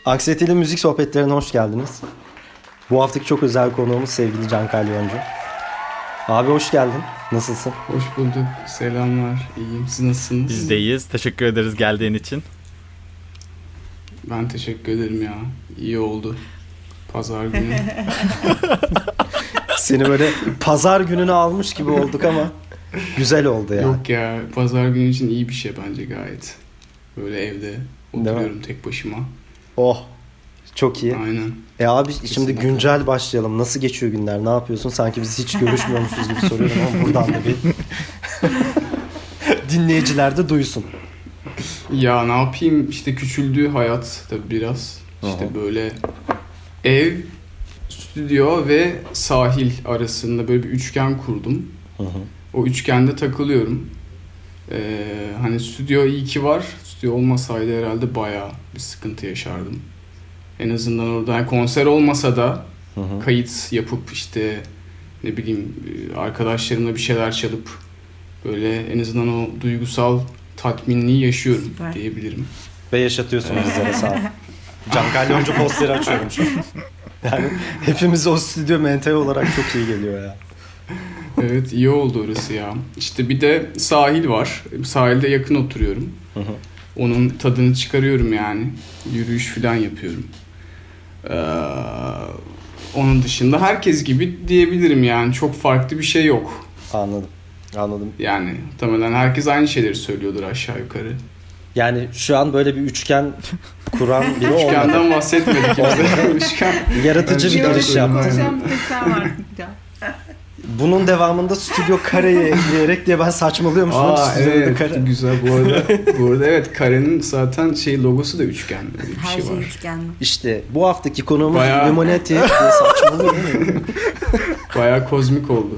Anksiyeteli müzik sohbetlerine hoş geldiniz. Bu haftaki çok özel konuğumuz sevgili Can Kalyoncu. Abi hoş geldin. Nasılsın? Hoş bulduk. Selamlar. İyiyim. Siz nasılsınız? Biz de iyiyiz. Teşekkür ederiz geldiğin için. Ben teşekkür ederim ya. İyi oldu. Pazar günü. Seni böyle pazar gününe almış gibi olduk ama güzel oldu ya. Yok ya. Pazar günü için iyi bir şey bence gayet. Böyle evde oturuyorum tek başıma. Oh. Çok iyi. Aynen. Abi Kesinlikle. şimdi güncel başlayalım. Nasıl geçiyor günler? Ne yapıyorsun? Sanki biz hiç görüşmüyormuşuz gibi soruyorum ama buradan da bir dinleyiciler de duysun. Ya ne yapayım? İşte küçüldü hayat tabii biraz. İşte Aha. böyle ev, stüdyo ve sahil arasında böyle bir üçgen kurdum. Hı hı. O üçgende takılıyorum. Hani stüdyo iyi ki var. Stüdyo olmasaydı herhalde bayağı bir sıkıntı yaşardım. En azından orada yani konser olmasa da Hı hı. kayıt yapıp işte ne bileyim arkadaşlarımla bir şeyler çalıp böyle en azından o duygusal tatminliği yaşıyorum Süper. diyebilirim. Ve yaşatıyorsun bizlere, sağ ol. Can Kalyoncu posteri açıyorum şu an. Yani hepimiz o stüdyo mental olarak çok iyi geliyor ya. Evet, iyi oldu orası ya. İşte bir de sahil var. Sahilde yakın oturuyorum. Hı hı. Onun tadını çıkarıyorum yani. Yürüyüş falan yapıyorum. Onun dışında herkes gibi diyebilirim yani. Çok farklı bir şey yok. Anladım. Yani muhtemelen herkes aynı şeyleri söylüyordur aşağı yukarı. Yani şu an böyle bir üçgen kuran biri olmadı. Üçgenden bahsetmedik. Üçgen. Yaratıcı bir Üçgen giriş koydum, yaptın. aynen. Muhteşem bir tek sen varsın Can. Bunun devamında stüdyo kareyi ekleyerek diye ben saçmalıyormuşum. Aa Stüdyoda evet, kare. güzel bu arada evet, karenin zaten logosu da üçgen, öyle bir Her şey şey var. üçgen. İşte bu haftaki konuğumuz Bayağı- Illuminati diye saçmalıyor değil mi? Bayağı kozmik oldu.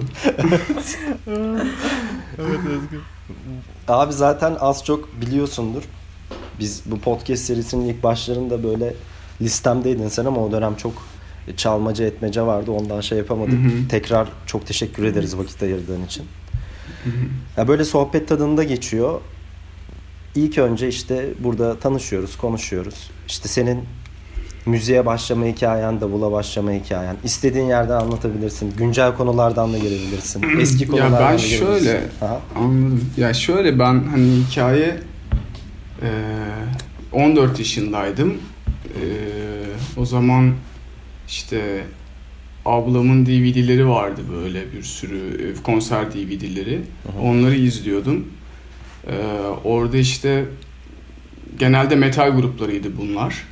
Abi zaten az çok biliyorsundur. Biz bu podcast serisinin ilk başlarında böyle listemdeydin sen ama o dönem çok çalmaca etmece vardı. Ondan şey yapamadık. Hı hı. Tekrar çok teşekkür ederiz vakit ayırdığın için. Ya böyle sohbet tadında geçiyor. İlk önce işte burada tanışıyoruz, konuşuyoruz. İşte senin müziğe başlama hikayen, davula başlama hikayen. İstediğin yerden anlatabilirsin. Güncel konulardan da gelebilirsin. Eski konulardan ben da gelebilirsin. şöyle- Aha. Anladım. Ya şöyle, ben hani hikaye 14 yaşındaydım. O zaman işte ablamın DVD'leri vardı, böyle bir sürü konser DVD'leri. Hı hı. Onları izliyordum. Orada işte genelde metal gruplarıydı bunlar.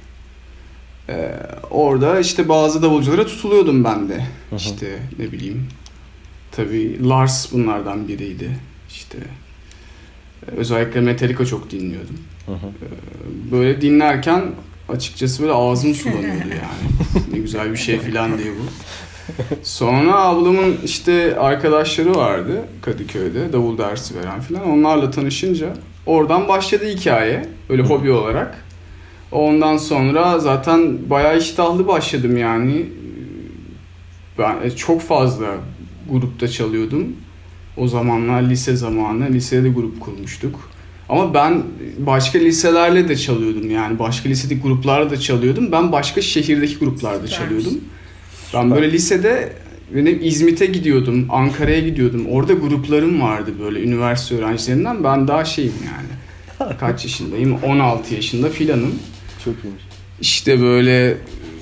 Orada işte bazı davulculara tutuluyordum ben de. Hı hı. İşte ne bileyim. Tabii Lars bunlardan biriydi. İşte özellikle Metallica çok dinliyordum. Hı hı. Böyle dinlerken açıkçası böyle ağzım sulanıyordu yani. Ne güzel bir şey falan diye bu. Sonra ablamın işte arkadaşları vardı Kadıköy'de, davul dersi veren falan. Onlarla tanışınca oradan başladı hikaye. Öyle hobi olarak. Ondan sonra zaten bayağı iştahlı başladım yani. Ben çok fazla grupta çalıyordum. O zamanlar lise zamanı. Lisede grup kurmuştuk. Ama ben başka liselerle de çalıyordum yani. Başka lisedeki gruplarla da çalıyordum. Ben başka şehirdeki gruplarda Süpermiş. çalıyordum. Ben böyle lisede İzmit'e gidiyordum, Ankara'ya gidiyordum. Orada gruplarım vardı böyle üniversite öğrencilerinden. Ben daha şeyim yani. Kaç yaşındayım? 16 yaşında filanım. Çok iyiymiş. İşte böyle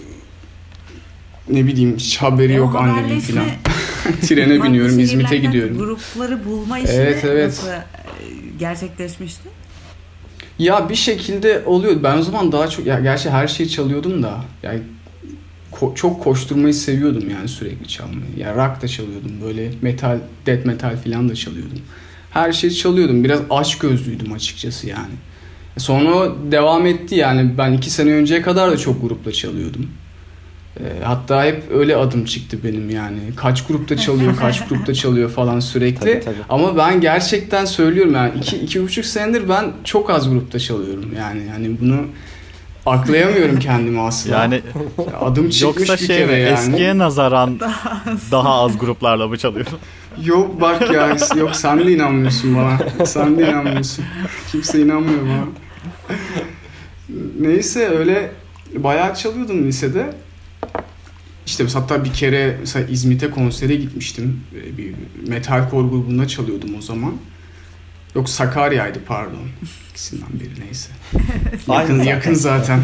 ne bileyim, hiç haberi yok O annemin haberleşme- filan. Trene farklı biniyorum, İzmit'e şehirlerden gidiyorum. Grupları bulma işi Evet, evet. nasıl gerçekleşmişti? Ya bir şekilde oluyor. Ben o zaman daha çok, ya gerçi her şeyi çalıyordum da yani çok koşturmayı seviyordum yani, sürekli çalmayı. Ya rock da çalıyordum, böyle metal, death metal falan da çalıyordum. Her şeyi çalıyordum. Biraz açgözlüydüm açıkçası yani. Sonra o devam etti yani. Ben 2 sene önceye kadar da çok grupla çalıyordum. Hatta hep öyle adım çıktı benim yani. Kaç grupta çalıyor falan sürekli. Tabii. Ama ben gerçekten söylüyorum yani 2,5 senedir ben çok az grupta çalıyorum yani bunu aklayamıyorum kendimi asla. Yani adım çıkmış yoksa bir kere yani. eskiye nazaran daha az gruplarla mı çalıyorsun? Yok bak ya, yok sen de inanmıyorsun bana. Sen de inanmıyorsun. Kimse inanmıyor bana. Neyse öyle bayağı çalıyordum lisede. İşte hatta bir kere mesela İzmit'e konsere gitmiştim. Bir metalcore grubunda çalıyordum o zaman. Yok, Sakarya'ydı pardon. İkisinden biri neyse. yakın zaten.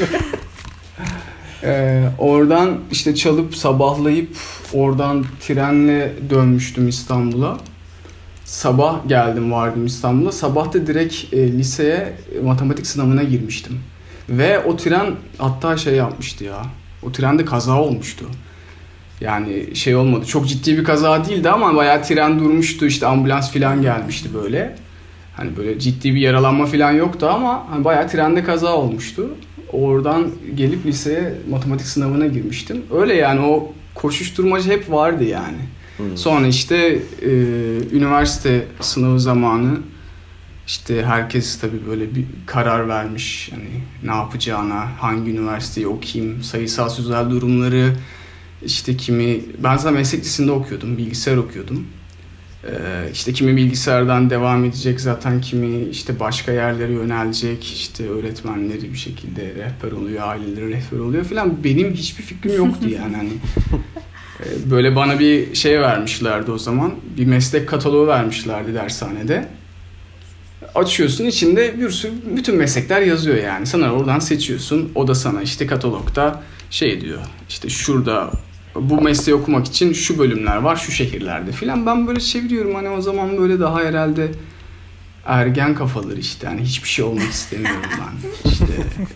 Oradan işte çalıp sabahlayıp oradan trenle dönmüştüm İstanbul'a. Sabah vardım İstanbul'a. Sabah da direkt liseye matematik sınavına girmiştim. Ve o tren hatta şey yapmıştı ya. O trende kaza olmuştu. Yani şey olmadı. Çok ciddi bir kaza değildi ama bayağı tren durmuştu. İşte ambulans falan gelmişti böyle. Hani böyle ciddi bir yaralanma falan yoktu ama hani bayağı trende kaza olmuştu. Oradan gelip liseye matematik sınavına girmiştim. Öyle yani o koşuşturmacı hep vardı yani. Sonra işte üniversite sınavı zamanı işte herkes tabii böyle bir karar vermiş. Hani ne yapacağına, hangi üniversiteyi okuyayım, sayısal sözel durumları, işte kimi... Ben zaten meslek lisesinde okuyordum, bilgisayar okuyordum. İşte kimi bilgisayardan devam edecek zaten, kimi işte başka yerlere yönelecek, işte öğretmenleri bir şekilde rehber oluyor, aileleri rehber oluyor falan. Benim hiçbir fikrim yoktu yani hani. Böyle bana bir şey vermişlerdi o zaman, bir meslek kataloğu vermişlerdi dershanede. Açıyorsun, içinde bir sürü, bütün meslekler yazıyor yani. Sana oradan seçiyorsun, o da sana işte katalogda şey diyor, işte şurada bu mesleği okumak için şu bölümler var, şu şehirlerde filan. Ben böyle çeviriyorum hani, o zaman böyle daha herhalde ergen kafalar işte. Hani hiçbir şey olmak istemiyorum ben. İşte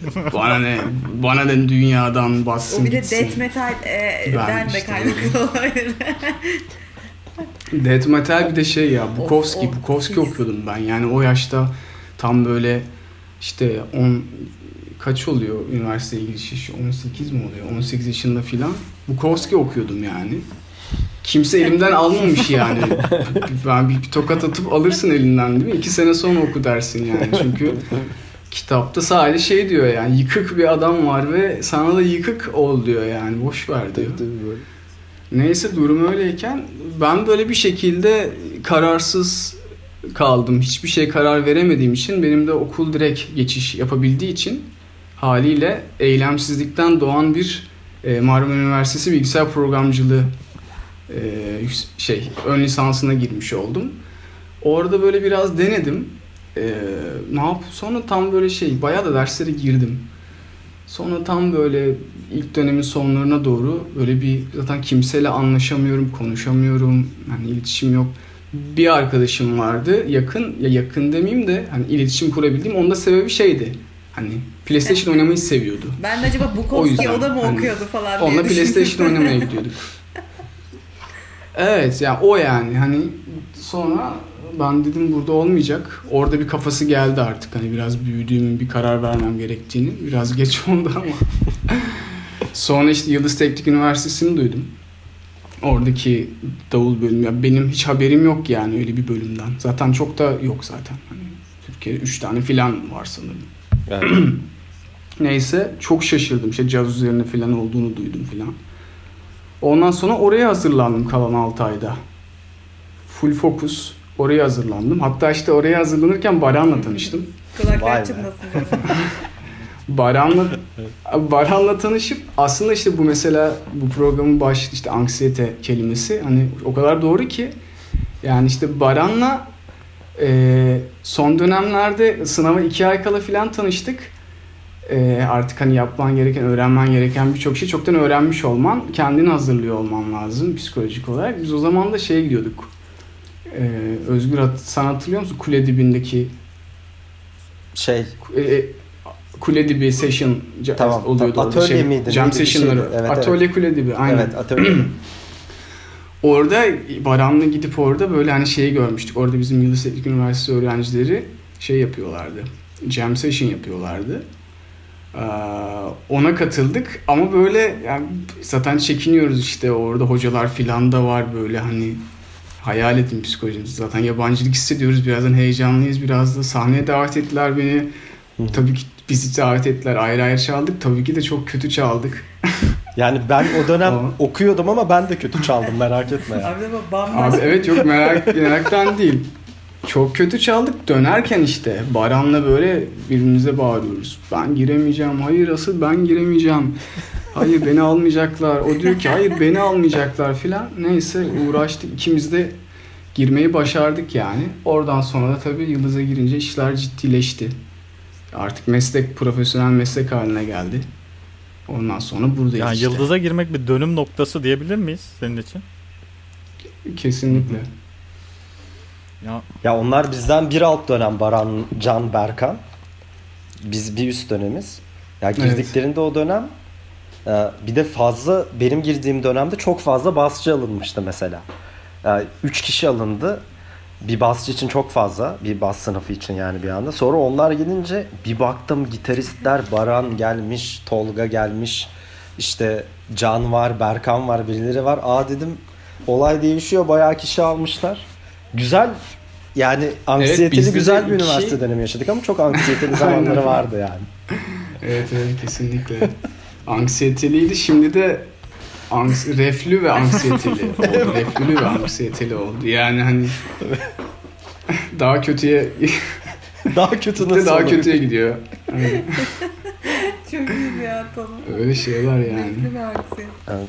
bana ne dünyadan bassın. O bir de gitsin. death metal'den de kaynaklı olabilir. Death metal bir de şey ya, Bukowski okuyordum ben. Yani o yaşta tam böyle işte kaç oluyor üniversiteye giriş, 18 mi oluyor? 18 yaşında filan. Bukowski okuyordum yani. Kimse elimden almamış yani. Ben bir tokat atıp alırsın elinden, değil mi? 2 sene sonra oku dersin yani. Çünkü kitapta sadece şey diyor yani, yıkık bir adam var ve sana da yıkık ol diyor yani. Boş ver diyor. Neyse, durum öyleyken ben böyle bir şekilde kararsız kaldım. Hiçbir şey karar veremediğim için, benim de okul direkt geçiş yapabildiği için haliyle eylemsizlikten doğan bir Marmara Üniversitesi Bilgisayar Programcılığı ön lisansına girmiş oldum. Orada böyle biraz denedim. Sonra tam böyle bayağı da derslere girdim. Sonra tam böyle ilk dönemin sonlarına doğru böyle bir, zaten kimseyle anlaşamıyorum, konuşamıyorum. Yani iletişim yok. Bir arkadaşım vardı yakın demeyeyim de hani iletişim kurabildiğim, onun da sebebi şeydi. Hani PlayStation oynamayı seviyordu. Ben de acaba Bukowski o da mı okuyordu falan diye onunla PlayStation oynamaya gidiyorduk. Evet yani o yani hani sonra ben dedim burada olmayacak. Orada bir kafası geldi artık, hani biraz büyüdüğümün, bir karar vermem gerektiğini. Biraz geç oldu ama. Sonra işte Yıldız Teknik Üniversitesi'ni duydum. Oradaki davul bölümü. Ya benim hiç haberim yok yani öyle bir bölümden. Zaten çok da yok zaten. Hani Türkiye'de 3 tane filan var sanırım. Yani. Neyse çok şaşırdım. Caz üzerine filan olduğunu duydum filan. Ondan sonra oraya hazırlandım kalan 6 ayda. Full fokus oraya hazırlandım. Hatta işte oraya hazırlanırken Baran'la tanıştım. Kulaklar çınlasın. Baran'la tanışıp aslında işte bu mesela bu programın başlığı işte anksiyete kelimesi hani o kadar doğru ki yani işte Baran'la son dönemlerde sınava 2 ay kala filan tanıştık. Artık hani yapman gereken, öğrenmen gereken birçok şey çoktan öğrenmiş olman, kendini hazırlıyor olman lazım psikolojik olarak. Biz o zaman da gidiyorduk. Özgür, sen hatırlıyor musun? Kule dibindeki Kule dibi session tamam, oluyordu. Atölye miydi? Jam session'ları. Evet, atölye evet. Kule dibi. Aynen. Evet, atölye. Orada Baran'la gidip orada böyle hani görmüştük. Orada bizim Yıldız Teknik Üniversitesi öğrencileri yapıyorlardı. Jam session yapıyorlardı. Ona katıldık ama böyle yani zaten çekiniyoruz işte, orada hocalar filan da var böyle hani hayal edin psikolojimizi, zaten yabancılık hissediyoruz, birazdan heyecanlıyız, biraz da sahneye davet ettiler beni. Tabii ki bizi davet ettiler, ayrı ayrı çaldık, tabii ki de çok kötü çaldık. Yani ben o dönem okuyordum ama ben de kötü çaldım, merak etme ya. Abi evet, yok meraktan değil. Çok kötü çaldık. Dönerken işte Baran'la böyle birbirimize bağırıyoruz. Ben giremeyeceğim. Hayır asıl ben giremeyeceğim. Hayır beni almayacaklar. O diyor ki hayır beni almayacaklar filan. Neyse uğraştık. İkimiz de girmeyi başardık yani. Oradan sonra da tabii Yıldız'a girince işler ciddileşti. Artık meslek, profesyonel meslek haline geldi. Ondan sonra buradayız yani işte. Yıldız'a girmek bir dönüm noktası diyebilir miyiz senin için? Kesinlikle. Ya onlar bizden bir alt dönem, Baran, Can, Berkan. Biz bir üst dönemiz. Ya girdiklerinde o dönem bir de fazla, benim girdiğim dönemde çok fazla basçı alınmıştı mesela. 3 kişi alındı. Bir basçı için çok fazla. Bir bas sınıfı için yani bir anda. Sonra onlar gidince bir baktım gitaristler, Baran gelmiş, Tolga gelmiş. İşte Can var, Berkan var, birileri var. Dedim olay değişiyor. Bayağı kişi almışlar. Güzel. Yani anksiyeteli evet, güzel bir üniversite dönemi yaşadık ama çok anksiyeteli zamanları vardı yani. Evet kesinlikle. Anksiyeteliydi. Şimdi de reflü ve anksiyeteli oldu. Reflü ve anksiyeteli oldu. Yani hani daha kötüye daha kötü nasıl daha kötüye gidiyor. Yani. Çok iyi bir tanım. Öyle şeyler yani. Evet.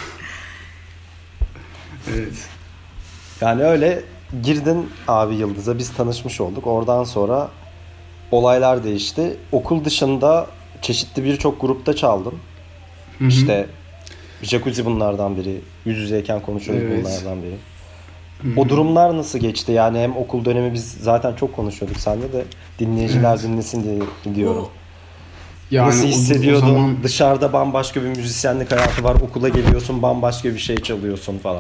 Evet. Yani öyle girdin abi Yıldız'a, biz tanışmış olduk. Oradan sonra olaylar değişti. Okul dışında çeşitli birçok grupta çaldım. Hı-hı. İşte Jacuzzi bunlardan biri. Yüz yüzeyken konuşuyoruz bunlardan biri. Hı-hı. O durumlar nasıl geçti? Yani hem okul dönemi biz zaten çok konuşuyorduk seninle de, dinleyiciler dinlesin diye diyorum. Yani nasıl hissediyordun? Zaman... Dışarıda bambaşka bir müzisyenlik hayatı var. Okula geliyorsun, bambaşka bir şey çalıyorsun falan.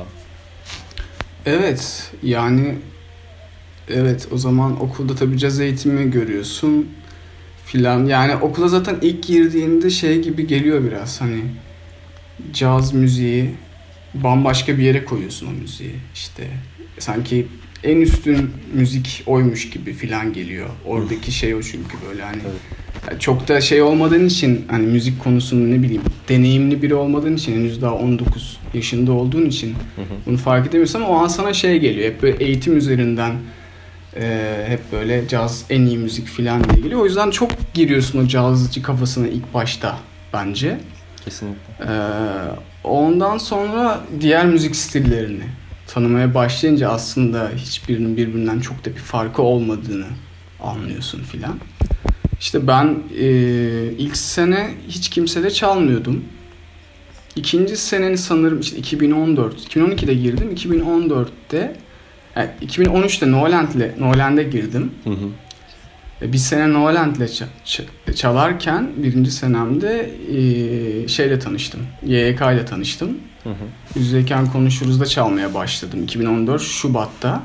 Evet yani o zaman okulda tabii caz eğitimi görüyorsun filan. Yani okula zaten ilk girdiğinde şey gibi geliyor biraz, hani caz müziği bambaşka bir yere koyuyorsun o müziği. İşte sanki en üstün müzik oymuş gibi filan geliyor. Oradaki şey o çünkü böyle hani evet. Çok da şey olmadığın için, hani müzik konusunda ne bileyim deneyimli biri olmadığın için, henüz daha 19 yaşında olduğun için bunu fark edemiyorsun ama o an sana şey geliyor. Hep böyle eğitim üzerinden hep böyle caz en iyi müzik filan diye geliyor. O yüzden çok giriyorsun o cazcı kafasına ilk başta bence. Kesinlikle. Ondan sonra diğer müzik stillerini tanımaya başlayınca aslında hiçbirinin birbirinden çok da bir farkı olmadığını anlıyorsun filan. İşte ben ilk sene hiç kimseyle çalmıyordum. İkinci seneni sanırım işte 2012'de girdim. 2014'te, yani 2013'te Noland'e girdim. Hı hı. Bir sene Noland'le çalarken birinci senemde şeyle tanıştım. YYK ile tanıştım. Hı hı. Yüzdeyken konuşuruz da çalmaya başladım 2014 Şubat'ta.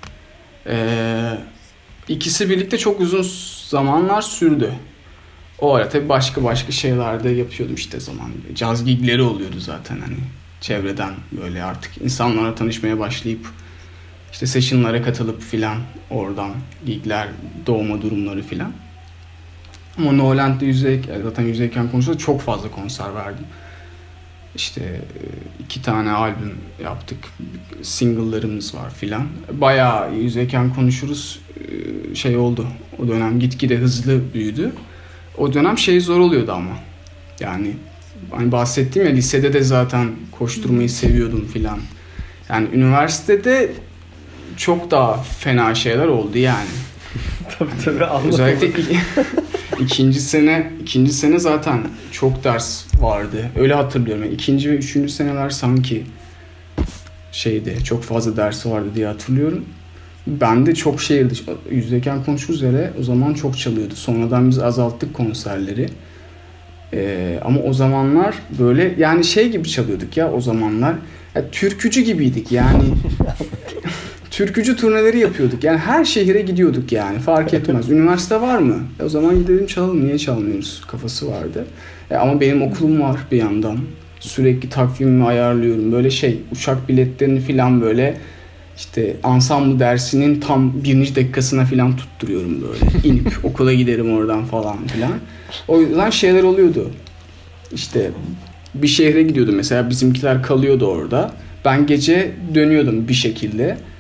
İkisi birlikte çok uzun zamanlar sürdü. O ara tabii başka şeyler de yapıyordum işte zaman. Caz gigleri oluyordu zaten hani çevreden böyle artık insanlara tanışmaya başlayıp işte session'lara katılıp filan, oradan gigler doğma durumları filan. Ama Noland'da zaten yüzdeyken konuşuruz çok fazla konser verdim. İşte 2 tane albüm yaptık. Single'larımız var filan. Bayağı yüzdeyken konuşuruz şey oldu. O dönem gitgide hızlı büyüdü. O dönem şey zor oluyordu ama. Yani hani bahsettiğim ya, lisede de zaten koşturmayı seviyordum filan. Yani üniversitede çok daha fena şeyler oldu yani. Tabii özellikle ikinci sene zaten çok ders vardı. Öyle hatırlıyorum. Yani ikinci ve üçüncü seneler sanki çok fazla dersi vardı diye hatırlıyorum. Ben de çok yüzdeyken konuşuruz hele o zaman çok çalıyordu. Sonradan biz azalttık konserleri. Ama o zamanlar böyle yani şey gibi çalıyorduk ya o zamanlar. Ya, türkücü gibiydik yani. Türkücü turneleri yapıyorduk. Yani her şehire gidiyorduk yani. Fark etmez. Üniversite var mı? O zaman gidelim çalalım. Niye çalmıyoruz? Kafası vardı. Ama benim okulum var bir yandan. Sürekli takvimimi ayarlıyorum. Böyle uçak biletlerini falan böyle işte ensemble dersinin tam 1. dakikasına falan tutturuyorum böyle. İnip okula giderim oradan falan filan. O yüzden şeyler oluyordu. İşte bir şehre gidiyordum mesela, bizimkiler kalıyordu orada. Ben gece dönüyordum bir şekilde.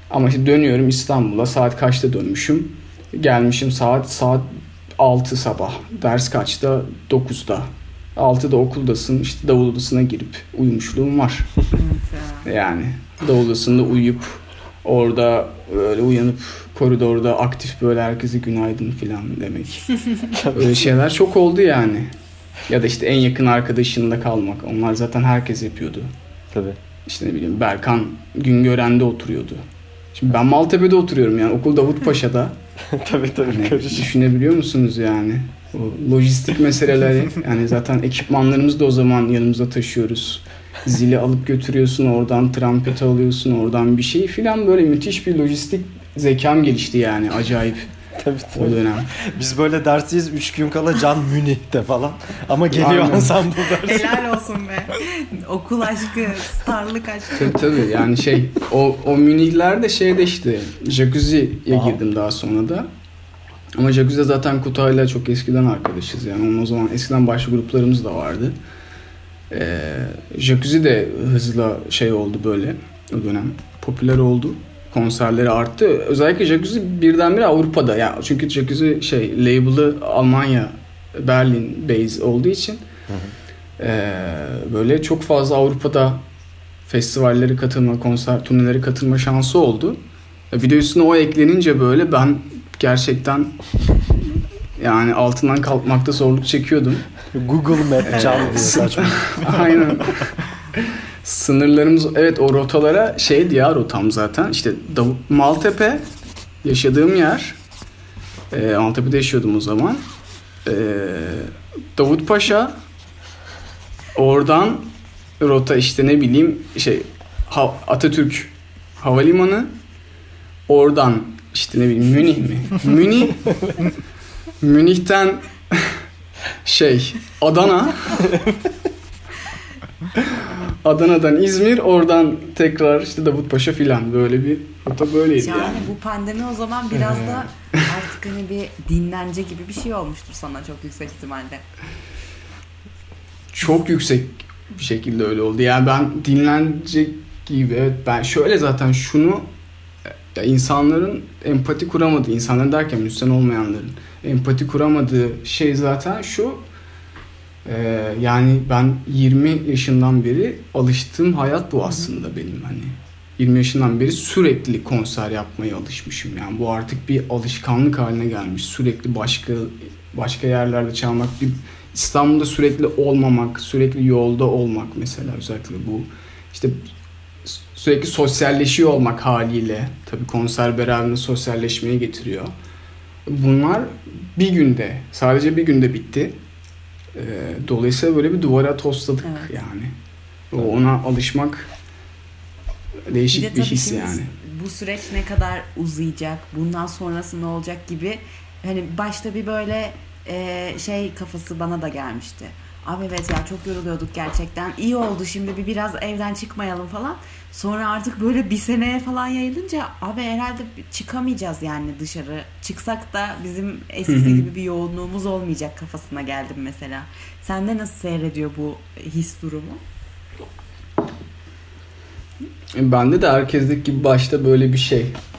Ama işte dönüyorum İstanbul'a, saat kaçta dönmüşüm? Gelmişim saat 6 sabah. Ders kaçta? 9'da. 6'da okuldasın, işte davul odasına girip uyumuşluğum var. Yani davul odasında uyuyup orada öyle uyanıp koridorda aktif böyle herkese günaydın falan demek. Öyle şeyler çok oldu yani. Ya da işte en yakın arkadaşınla kalmak. Onlar zaten herkes yapıyordu. Tabii. İşte ne bileyim Berkan Güngören'de oturuyordu. Şimdi ben Maltepe'de oturuyorum yani okul Davutpaşa'da. tabii. Yani düşünebiliyor musunuz yani? O lojistik meseleleri yani zaten ekipmanlarımızı da o zaman yanımızda taşıyoruz. Zili alıp götürüyorsun, oradan trampeti alıyorsun, oradan bir şey filan, böyle müthiş bir lojistik zekam gelişti yani, acayip. Tabii. O dönem. Biz böyle dersiyiz 3 gün kala Can Münih'te falan ama geliyor ensemble dersi. Helal olsun be. Okul aşkı, starlık aşkı. Tabii yani o Münih'lerde şeyde işte Jacuzzi'ye girdim daha sonra da. Ama Jacuzzi'de zaten Kutay'la çok eskiden arkadaşız yani. Onun o zaman eskiden başka gruplarımız da vardı. Jacuzzi de hızla oldu böyle o dönem. Popüler oldu. Konserleri arttı. Özellikle Jacuzzi birdenbire Avrupa'da. Yani çünkü Jacuzzi label'ı Almanya, Berlin base olduğu için böyle çok fazla Avrupa'da festivallere katılma, konser turneleri katılma şansı oldu. Bir de üstüne o eklenince böyle ben gerçekten yani altından kalkmakta zorluk çekiyordum. Google Map Can diye saçma. Aynen. Sınırlarımız, evet, o rotalara ya rotam zaten işte Maltepe yaşadığım yer, Maltepe'de yaşıyordum o zaman, Davutpaşa, oradan rota işte ne bileyim Atatürk Havalimanı, oradan işte ne bileyim Münih Münih'ten Adana, Adana'dan İzmir, oradan tekrar işte Davutpaşa filan, böyle bir rota böyleydi yani. Yani bu pandemi o zaman biraz da artık hani bir dinlence gibi bir şey olmuştur sana çok yüksek ihtimalle. Çok yüksek bir şekilde öyle oldu. Yani ben dinlence gibi, evet, ben şöyle zaten ya insanların empati kuramadığı, insanların derken müzisyen olmayanların empati kuramadığı şey zaten şu. Yani ben 20 yaşından beri alıştığım hayat bu aslında benim, hani 20 yaşından beri sürekli konser yapmaya alışmışım. Yani bu artık bir alışkanlık haline gelmiş. Sürekli başka yerlerde çalmak, İstanbul'da sürekli olmamak, sürekli yolda olmak mesela, özellikle bu işte sürekli sosyalleşiyor olmak haliyle, tabii konser beraberinde sosyalleşmeyi getiriyor. Bunlar sadece bir günde bitti. Dolayısıyla böyle bir duvara tosladık, evet. Yani ona alışmak değişik bir his yani. Bu süreç ne kadar uzayacak, bundan sonrası ne olacak gibi, hani başta bir böyle kafası bana da gelmişti. Abi evet ya, çok yoruluyorduk gerçekten. İyi oldu şimdi biraz evden çıkmayalım falan. Sonra artık böyle bir seneye falan yayılınca abi herhalde çıkamayacağız yani dışarı. Çıksak da bizim eskisi gibi bir yoğunluğumuz olmayacak kafasına geldim mesela. Sende nasıl seyrediyor bu his durumu? Bende de herkesteki gibi başta böyle bir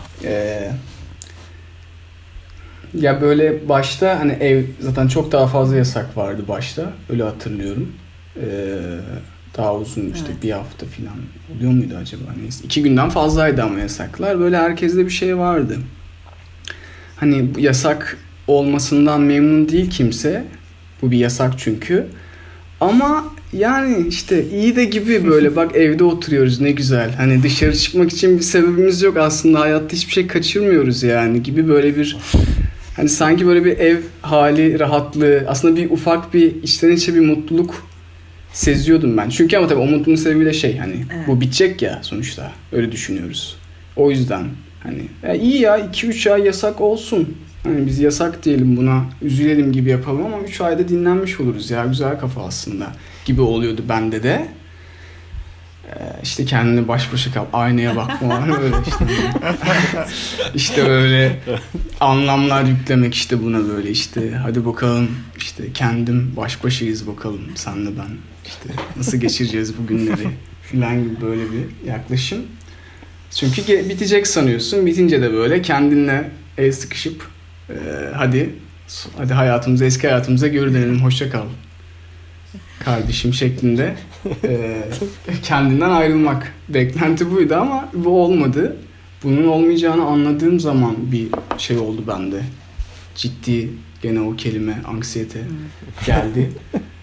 ya böyle başta hani ev zaten çok daha fazla yasak vardı başta, öyle hatırlıyorum. Daha uzun işte, evet. Bir hafta falan oluyor muydu acaba, neyse 2 günden fazlaydı ama yasaklar, böyle herkeste bir şey vardı. Hani bu yasak olmasından memnun değil kimse, bu bir yasak çünkü, ama yani işte iyi de gibi böyle bak evde oturuyoruz ne güzel, hani dışarı çıkmak için bir sebebimiz yok aslında, hayatta hiçbir şey kaçırmıyoruz yani gibi, böyle bir hani sanki böyle bir ev hali rahatlığı, aslında bir ufak bir içten içe bir mutluluk seziyordum ben. Çünkü ama tabii o mutluluğun sebebi de hani evet. Bu bitecek ya sonuçta, öyle düşünüyoruz. O yüzden hani iyi ya 2-3 ay yasak olsun. Hani biz yasak diyelim buna, üzülelim gibi yapalım ama 3 ayda dinlenmiş oluruz ya, güzel kafa aslında gibi oluyordu bende de. İşte kendini baş başa kal, aynaya bakma öyle işte. İşte öyle anlamlar yüklemek işte buna, böyle işte hadi bakalım işte kendim baş başayız bakalım senle ben, işte nasıl geçireceğiz bu günleri filan gibi böyle bir yaklaşım. Çünkü bitecek sanıyorsun. Bitince de böyle kendinle el sıkışıp hadi hayatımıza, eski hayatımıza geri dönelim, hoşça kal kardeşim şeklinde kendinden ayrılmak. Beklenti buydu ama bu olmadı. Bunun olmayacağını anladığım zaman bir şey oldu bende. Ciddi, gene o kelime, anksiyete geldi.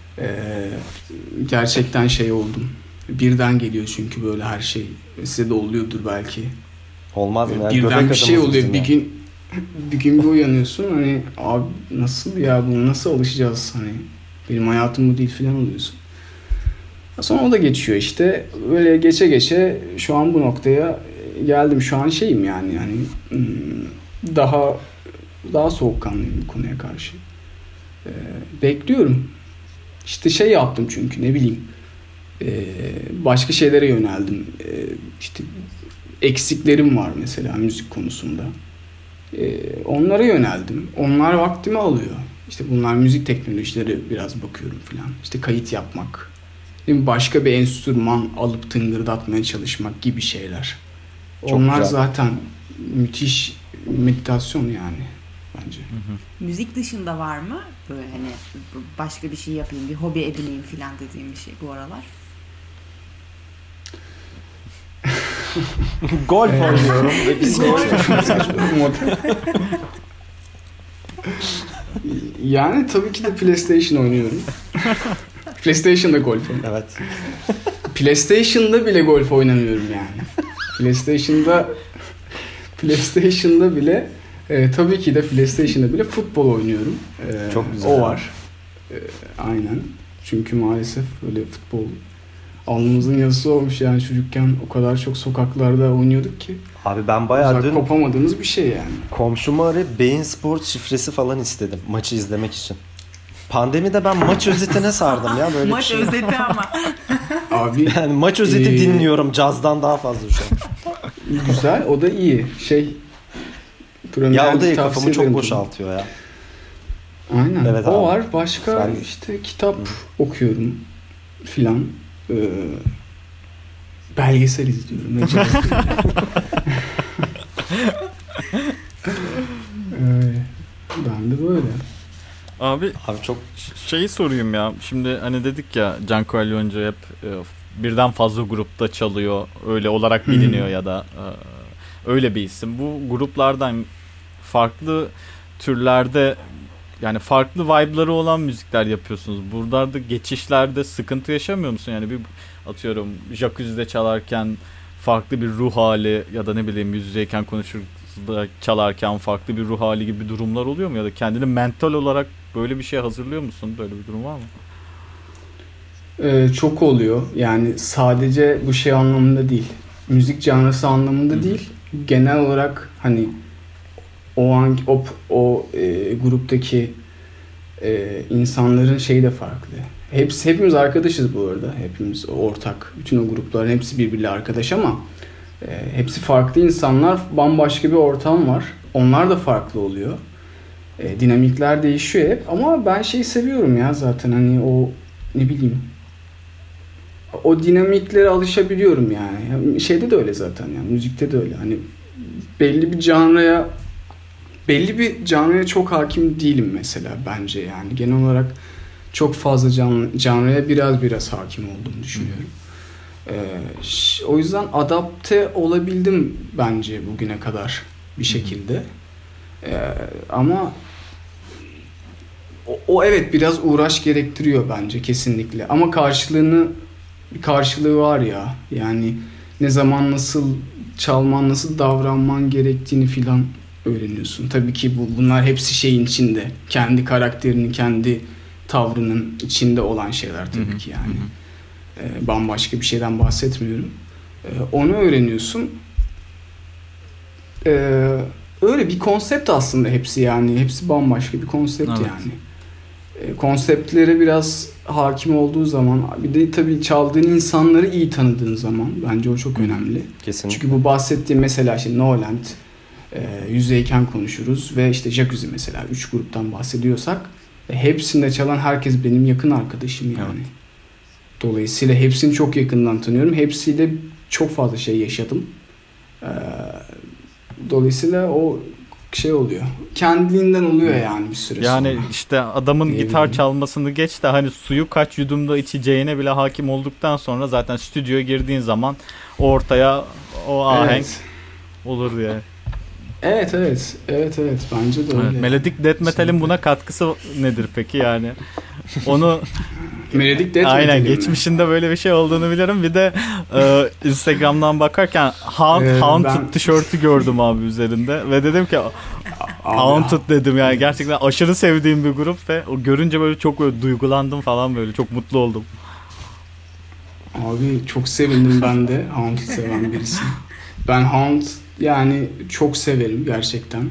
Gerçekten şey oldum. Birden geliyor çünkü böyle her şey. Size de oluyordur belki. Olmaz mı? Birden bir şey oluyor. Bir gün bir uyanıyorsun. Hani abi nasıl ya, bunu nasıl alışacağız? Hani benim hayatım bu değil falan oluyorsun. Sonra o da geçiyor işte. Öyle geçe geçe şu an bu noktaya geldim. Şu an şeyim yani daha soğukkanlıyım bu konuya karşı. Bekliyorum. İşte şey yaptım çünkü ne bileyim. Başka şeylere yöneldim. İşte eksiklerim var mesela müzik konusunda. Onlara yöneldim. Onlar vaktimi alıyor. İşte bunlar müzik teknolojileri, biraz bakıyorum falan. İşte kayıt yapmak. Başka bir enstrüman alıp tıngırdatmaya çalışmak gibi şeyler. Çok onlar güzel. Zaten müthiş meditasyon yani bence. Müzik dışında var mı? Böyle hani başka bir şey yapayım, bir hobi edineyim falan dediğim bir şey bu aralar. Golf oynuyorum ve Yani tabii ki de PlayStation oynuyorum. PlayStation'da golf oynuyorum. Evet. PlayStation'da bile golf oynamıyorum yani. PlayStation'da bile tabii ki de PlayStation'da bile futbol oynuyorum. Çok güzel. O var. Aynen. Çünkü maalesef öyle futbol alnımızın yazısı olmuş yani, çocukken o kadar çok sokaklarda oynuyorduk ki. Abi ben bayağı dün kopamadığımız bir şey yani. komşumu arayıp Bein Sport şifresi falan istedim maçı izlemek için. Pandemide ben maç özetine sardım ya böyle maç bir şey. özeti ama. Abi Yani maç özeti dinliyorum cazdan daha fazla şu an. güzel, o da iyi. Ya o da tavsiye kafamı çok ederim boşaltıyor ya. Aynen. Evet o abi. var. Başka işte kitap okuyorum filan. Belgesel izliyorum. Ben de böyle. Abi çok şeyi sorayım ya. Şimdi hani dedik ya, Can Koalyoncu hep birden fazla grupta çalıyor. Öyle olarak biliniyor ya da öyle bir isim. Bu gruplardan farklı türlerde, yani farklı vibe'ları olan müzikler yapıyorsunuz. Buralarda geçişlerde sıkıntı yaşamıyor musun? Yani bir atıyorum jacuzzi'de çalarken farklı bir ruh hali ya da ne bileyim yüz yüzeyken çalarken farklı bir ruh hali gibi durumlar oluyor mu? Ya da kendini mental olarak böyle bir şey hazırlıyor musun? Böyle bir durum var mı? Çok oluyor. Yani sadece bu şey anlamında değil. Müzik canlısı anlamında değil. Genel olarak hani o an gruptaki insanların şeyi de farklı. Hepimiz arkadaşız bu arada. Hepimiz ortak. Bütün o grupların hepsi birbiriyle arkadaş ama hepsi farklı insanlar. Bambaşka bir ortam var. Onlar da farklı oluyor. Dinamikler değişiyor hep. Ama ben şeyi seviyorum ya zaten. Hani o ne bileyim. O dinamiklere alışabiliyorum yani. Şeyde de öyle zaten yani. Müzikte de öyle. Hani belli bir canraya çok hakim değilim mesela bence yani. Genel olarak çok fazla canraya biraz hakim olduğumu düşünüyorum. O yüzden adapte olabildim bence bugüne kadar bir şekilde. Ama o evet biraz uğraş gerektiriyor bence kesinlikle. Ama karşılığı var ya. Yani ne zaman nasıl çalman, nasıl davranman gerektiğini filan öğreniyorsun. Tabii ki bunlar hepsi şeyin içinde. Kendi karakterinin, kendi tavrının içinde olan şeyler tabii ki yani. Bambaşka bir şeyden bahsetmiyorum. Onu öğreniyorsun. Öyle bir konsept aslında hepsi yani. Hepsi bambaşka bir konsept yani. Konseptlere biraz hakim olduğu zaman, bir de tabii çaldığın insanları iyi tanıdığın zaman bence o çok önemli. Kesinlikle. Çünkü bu bahsettiğim mesela işte Noland, Yüzeyken konuşuruz ve işte Jacuzzi mesela 3 gruptan bahsediyorsak hepsinde çalan herkes benim yakın arkadaşım yani. Evet. Dolayısıyla hepsini çok yakından tanıyorum. Hepsiyle çok fazla şey yaşadım. Dolayısıyla o şey oluyor. Kendiliğinden oluyor yani bir süre Yani sonra. işte adamın gitar çalmasını geç de hani suyu kaç yudumda içeceğine bile hakim olduktan sonra zaten stüdyoya girdiğin zaman ortaya o ahenk olur diye. Evet bence de öyle. Evet. Melodic Death Metal'in buna katkısı nedir peki yani? Onu Melodic Death aynen Metal'in geçmişinde böyle bir şey olduğunu bilirim. Bir de Instagram'dan bakarken Haunted tişörtü gördüm abi üzerinde ve dedim ki Haunted dedim yani gerçekten aşırı sevdiğim bir grup ve o görünce böyle çok böyle duygulandım falan böyle çok mutlu oldum. Abi çok sevindim ben de Haunted seven birisi. Ben Haunted yani çok severim gerçekten.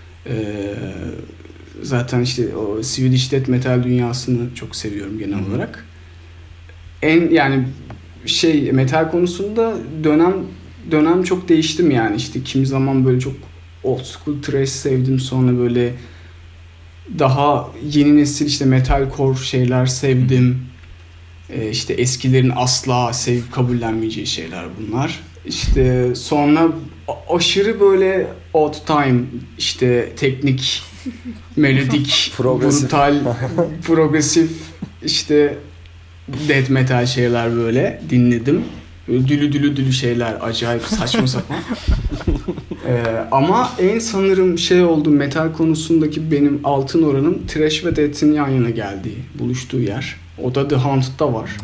Zaten işte o Swedish Death Metal dünyasını çok seviyorum genel olarak. Yani metal konusunda dönem çok değiştim yani. İşte kimi zaman böyle çok old school thrash sevdim, sonra böyle daha yeni nesil işte metalcore şeyler sevdim. İşte eskilerin asla sevip kabullenmeyeceği şeyler bunlar. İşte sonra aşırı böyle old time, işte teknik, melodik, brutal, progresif, işte death metal şeyler böyle dinledim. Böyle dülü şeyler, acayip saçma sapan. Ama en sanırım oldu metal konusundaki benim altın oranım thrash ve death'in yan yana geldiği, buluştuğu yer. O da The Haunted'da var.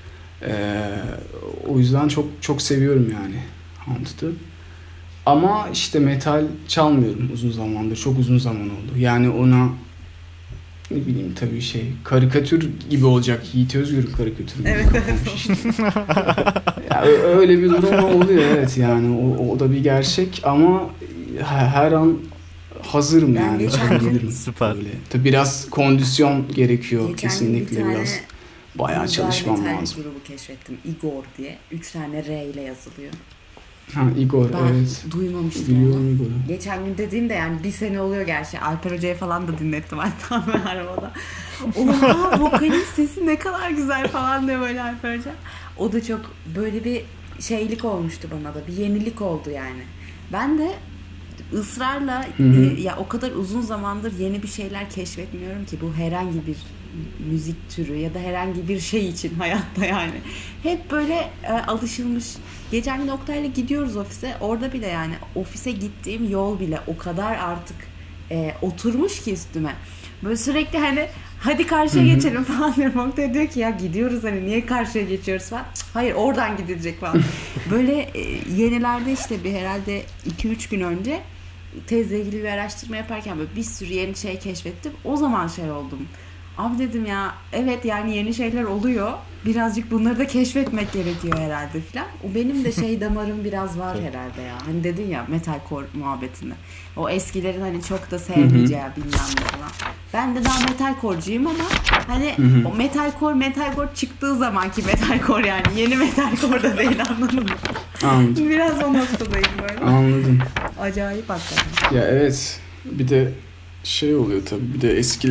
O yüzden çok çok seviyorum yani Haunted'ı. Ama işte metal çalmıyorum uzun zamandır. Çok uzun zaman oldu. Yani ona ne bileyim tabii karikatür gibi olacak. Yiğit Özgür'ün karikatürü. Evet. İşte. Öyle bir durum oluyor evet yani. O da bir gerçek ama her an hazırım yani. Süper. Öyle. Tabii biraz kondisyon gerekiyor geçen kesinlikle biraz. Bayağı çalışmam lazım. Bir grubu keşfettim. Igor diye. 3 tane R ile yazılıyor. Ha Igor ben evet. duymamıştım biliyorum onu. Igor'u. Geçen gün dediğimde yani bir sene oluyor gerçi. Alper Hoca'ya falan da dinlettim hatta ben arabada. Oha vokalin sesi ne kadar güzel falan diye böyle Alper Hoca. O da çok böyle bir şeylik olmuştu bana da. Bir yenilik oldu yani. Ben de ısrarla ya o kadar uzun zamandır yeni bir şeyler keşfetmiyorum ki bu herhangi bir müzik türü ya da herhangi bir şey için hayatta yani. Hep böyle alışılmış. Geçen gün Oktay'la gidiyoruz ofise. Orada bile yani ofise gittiğim yol bile o kadar artık oturmuş ki üstüme. Böyle sürekli hani hadi karşıya geçelim falan diyorum. Oktay diyor ki ya gidiyoruz hani niye karşıya geçiyoruz falan. Hayır oradan gidilecek falan. Böyle yenilerde işte bir herhalde 2-3 gün önce tezle ilgili bir araştırma yaparken böyle bir sürü yeni şey keşfettim. O zaman oldum. Abi dedim ya evet yani yeni şeyler oluyor. Birazcık bunları da keşfetmek gerekiyor herhalde filan. O benim de damarım biraz var herhalde ya. Hani dedin ya metalcore muhabbetinde. O eskilerin hani çok da sevmeyeceği bilmem ne falan. Ben de daha metalcore'cuyum ama hani o metalcore çıktığı zamanki metalcore yani yeni metalcore da değil anladın mı? Anladım. Biraz o noktadayım böyle. Anladım. Acayip hakikaten. Ya evet. Bir de oluyor tabii. Bir de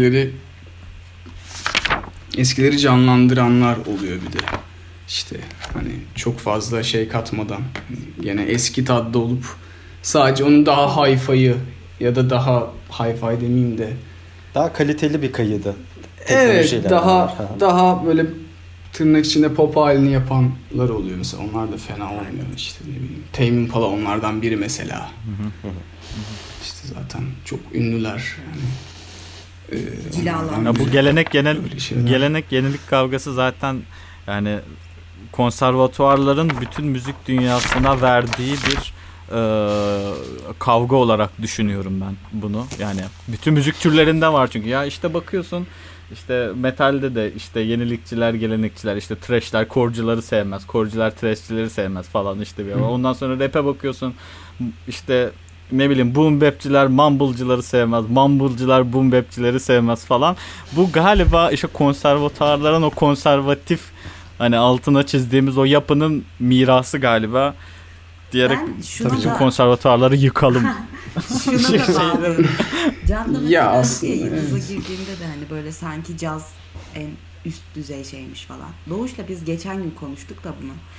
eskileri canlandıranlar oluyor bir de. İşte hani çok fazla katmadan hani gene eski tadda olup sadece onun daha hi-fi'yi ya da daha hi-fi demeyeyim de daha kaliteli bir kaydı. Evet, daha böyle tırnak içinde pop halini yapanlar oluyor mesela. Onlar da fena olmuyor işte ne bileyim. Tame Impala onlardan biri mesela. İşte zaten çok ünlüler yani. Ya bu gelenek yenilik kavgası zaten yani konservatuvarların bütün müzik dünyasına verdiği bir kavga olarak düşünüyorum ben bunu. Yani bütün müzik türlerinde var çünkü. Ya işte bakıyorsun işte metalde de işte yenilikçiler, gelenekçiler, işte thrash'ler core'cuları sevmez, core'cular thrash'çileri sevmez falan işte bir. Ondan sonra rap'e bakıyorsun işte ne bileyim boom bap'ciler mumble'cıları sevmez, mumble'cılar boom bap'cileri sevmez falan. Bu galiba işte konservatuarların o konservatif hani altına çizdiğimiz o yapının mirası galiba diyerek bütün konservatuarları yıkalım. Şuna da bağlıyorum. Can da mesela aslında Yıldız'a girdiğinde de hani böyle sanki caz en üst düzey şeymiş falan. Doğuş'la biz geçen gün konuştuk da bunu.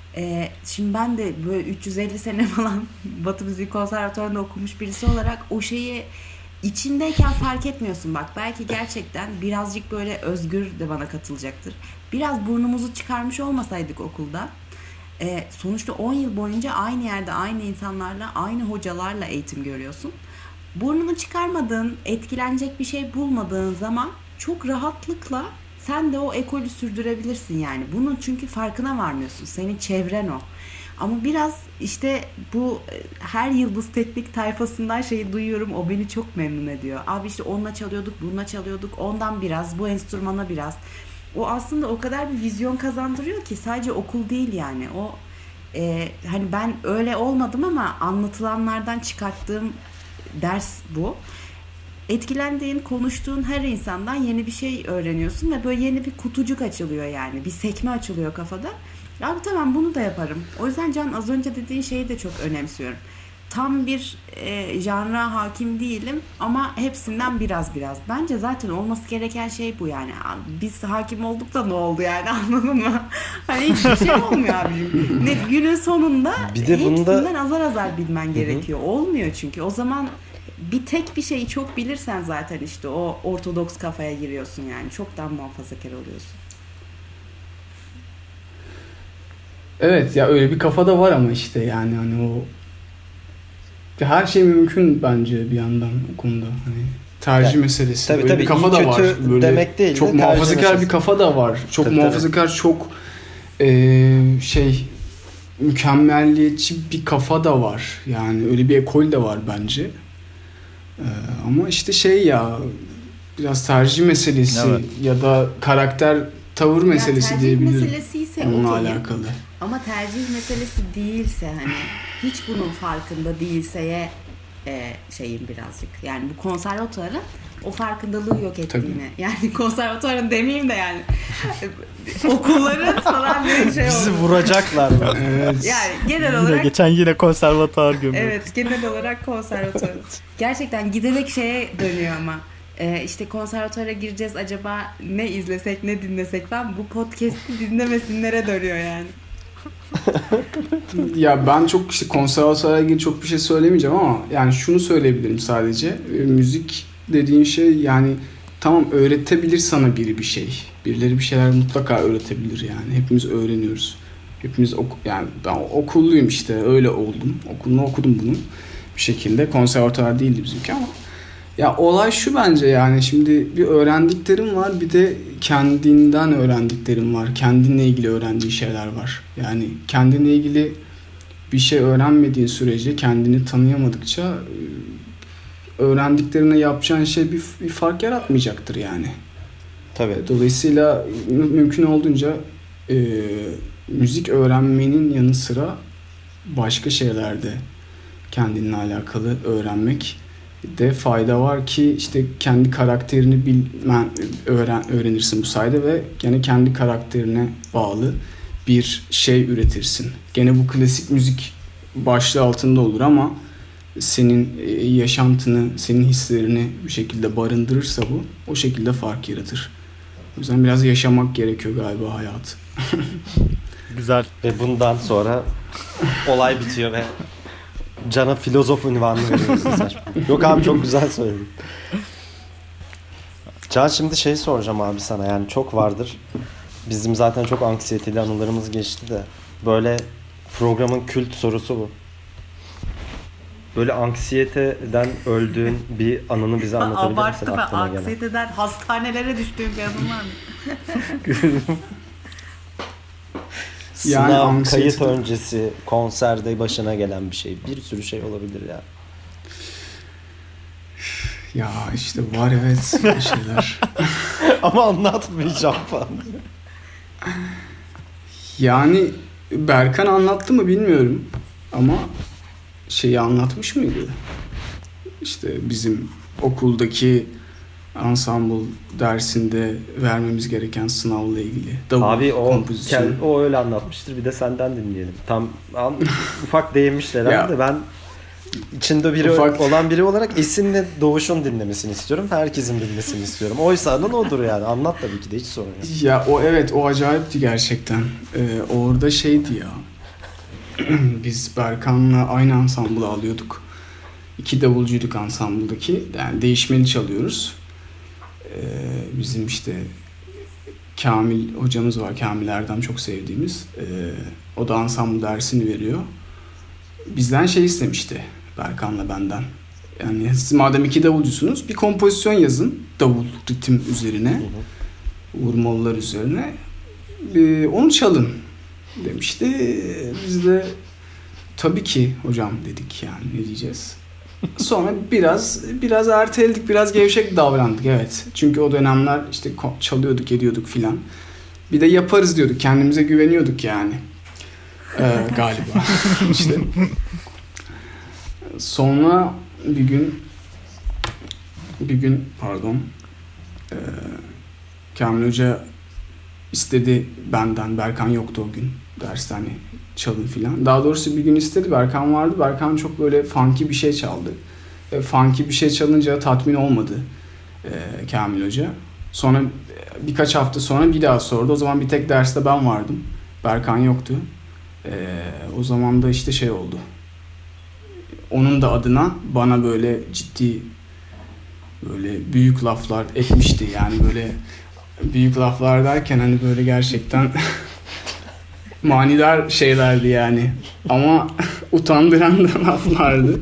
Şimdi ben de böyle 350 sene falan Batı Müziği Konservatuvarı'nda okumuş birisi olarak o şeyi içindeyken fark etmiyorsun. Bak belki gerçekten birazcık böyle Özgür de bana katılacaktır. Biraz burnumuzu çıkarmış olmasaydık okulda, sonuçta 10 yıl boyunca aynı yerde aynı insanlarla aynı hocalarla eğitim görüyorsun. Burnunu çıkarmadığın, etkilenecek bir şey bulmadığın zaman çok rahatlıkla sen de o ekolü sürdürebilirsin yani. Bunun çünkü farkına varmıyorsun. Senin çevren o. Ama biraz işte bu her yıldız teknik tayfasından şeyi duyuyorum. O beni çok memnun ediyor. Abi işte onunla çalıyorduk, bununla çalıyorduk. Ondan biraz, bu enstrümana biraz. O aslında o kadar bir vizyon kazandırıyor ki sadece okul değil yani. O hani ben öyle olmadım ama anlatılanlardan çıkarttığım ders bu. Etkilendiğin, konuştuğun her insandan yeni bir şey öğreniyorsun ve böyle yeni bir kutucuk açılıyor yani. Bir sekme açılıyor kafada. Abi tamam bunu da yaparım. O yüzden Can az önce dediğin şeyi de çok önemsiyorum. Tam bir janra hakim değilim ama hepsinden biraz. Bence zaten olması gereken şey bu yani. Biz hakim olduk da ne oldu yani anladın mı? Hani hiçbir şey olmuyor abicim. Günün sonunda bir de hepsinden azar bilmen gerekiyor. Olmuyor çünkü. O zaman bir şeyi çok bilirsen zaten işte o ortodoks kafaya giriyorsun yani. Çoktan muhafazakar oluyorsun. Evet ya öyle bir kafada var ama işte yani hani o her şey mümkün bence bir yandan o konuda hani tercih yani, meselesi. Tabii, böyle bir kafa da var. Böyle demek değil. çok muhafazakar bir kafa da var. Çok tabii, muhafazakar, çok mükemmelliyetçi bir kafa da var. Yani öyle bir ekol de var bence. Ama işte biraz tercih meselesi evet. Ya da karakter tavır meselesi diyebilirim. Tercih meselesi ise onunla alakalı. Ama tercih meselesi değilse hani hiç bunun farkında değilseye şeyim birazcık. Yani bu konservatuvarın o farkındalığı yok ettiğini. Tabii. Yani konservatuvarın demeyeyim de yani okulların falan bir şey oldu. Bizi vuracaklar. Evet. Yani genel olarak. Geçen yine konservatuvar gömüyor. Evet genel olarak konservatuvar. Gerçekten giderek şeye dönüyor ama. İşte konservatuvara gireceğiz acaba ne izlesek ne dinlesek falan bu podcast'i dinlemesinlere dönüyor yani. Ya ben çok işte konservatuvara ilgili çok bir şey söylemeyeceğim ama yani şunu söyleyebilirim sadece. Müzik dediğin şey yani tamam öğretebilir sana biri bir şey. Birileri bir şeyler mutlaka öğretebilir yani. Hepimiz öğreniyoruz. Hepimiz yani ben okulluyum işte öyle oldum. Okulunu okudum bunun bir şekilde. Konservatuvar değildi bizimki ama ya olay şu bence yani şimdi bir öğrendiklerim var bir de kendinden öğrendiklerim var. Kendinle ilgili öğrendiği şeyler var. Yani kendinle ilgili bir şey öğrenmediğin sürece kendini tanıyamadıkça öğrendiklerine yapacağın şey bir fark yaratmayacaktır yani. Tabii. Dolayısıyla mümkün olduğunca müzik öğrenmenin yanı sıra başka şeylerde kendinle alakalı öğrenmek de fayda var ki işte kendi karakterini öğrenirsin bu sayede ve gene kendi karakterine bağlı bir şey üretirsin. Gene bu klasik müzik başlığı altında olur ama senin yaşantını, senin hislerini bir şekilde barındırırsa bu o şekilde fark yaratır. O yüzden biraz yaşamak gerekiyor galiba hayatı. Güzel. Ve bundan sonra olay bitiyor ve Can'a filozof unvanını veriyoruz. Yok abi çok güzel söyledin. Can şimdi soracağım abi sana yani çok vardır. Bizim zaten çok anksiyeteli anılarımız geçti de böyle programın kült sorusu bu. Böyle anksiyeteden öldüğün bir anını bize anlatabilir misin? Abarttı ben anksiyeteden hastanelere düştüğüm bir anım var mı? Sınav, kayıt öncesi, konserde başına gelen bir şey. Bir sürü şey olabilir ya. Ya işte var evet bir şeyler. Ama anlatmayacağım falan. Yani Berkan anlattı mı bilmiyorum. Ama şeyi anlatmış mıydı? İşte bizim okuldaki ensemble dersinde vermemiz gereken sınavla ilgili. Abi o öyle anlatmıştır. Bir de senden dinleyelim. Tam ufak değinmişler herhalde. Ben içinde olan biri olarak Esin'le Doğuş'un dinlemesini istiyorum. Herkesin bilmesini istiyorum. Oysa adın odur yani. Anlat tabii ki de hiç sorun yok. Ya o acayipti gerçekten. Orada şeydi ya. Biz Berkan'la aynı ansamblı alıyorduk. 2 davulcuyduk ansambldaki. Yani değişmeli çalıyoruz. Bizim işte Kamil hocamız var. Kamil Erdem çok sevdiğimiz. O da ansambl dersini veriyor. Bizden şey istemişti Berkan'la benden. Yani siz madem 2 davulcusunuz bir kompozisyon yazın. Davul, ritim üzerine. Vurmalılar üzerine. Onu çalın demişti. Biz de tabii ki hocam dedik yani ne diyeceğiz. Sonra biraz erteledik, biraz gevşek davrandık evet. Çünkü o dönemler işte çalıyorduk, ediyorduk filan. Bir de yaparız diyorduk, kendimize güveniyorduk yani. Galiba. İşte. Sonra bir gün Kamil Hoca istedi benden. Berkan yoktu o gün. Derste hani çalın filan. Daha doğrusu bir gün istedi. Berkan vardı. Berkan çok böyle funky bir şey çaldı. Funky bir şey çalınca tatmin olmadı Kamil Hoca. Sonra birkaç hafta sonra bir daha sordu. O zaman bir tek derste ben vardım. Berkan yoktu. O zaman da işte şey oldu. Onun da adına bana böyle ciddi böyle büyük laflar etmişti. Yani böyle büyük laflar derken hani böyle gerçekten manidar şeylerdi yani. Ama utandıran da laflardı.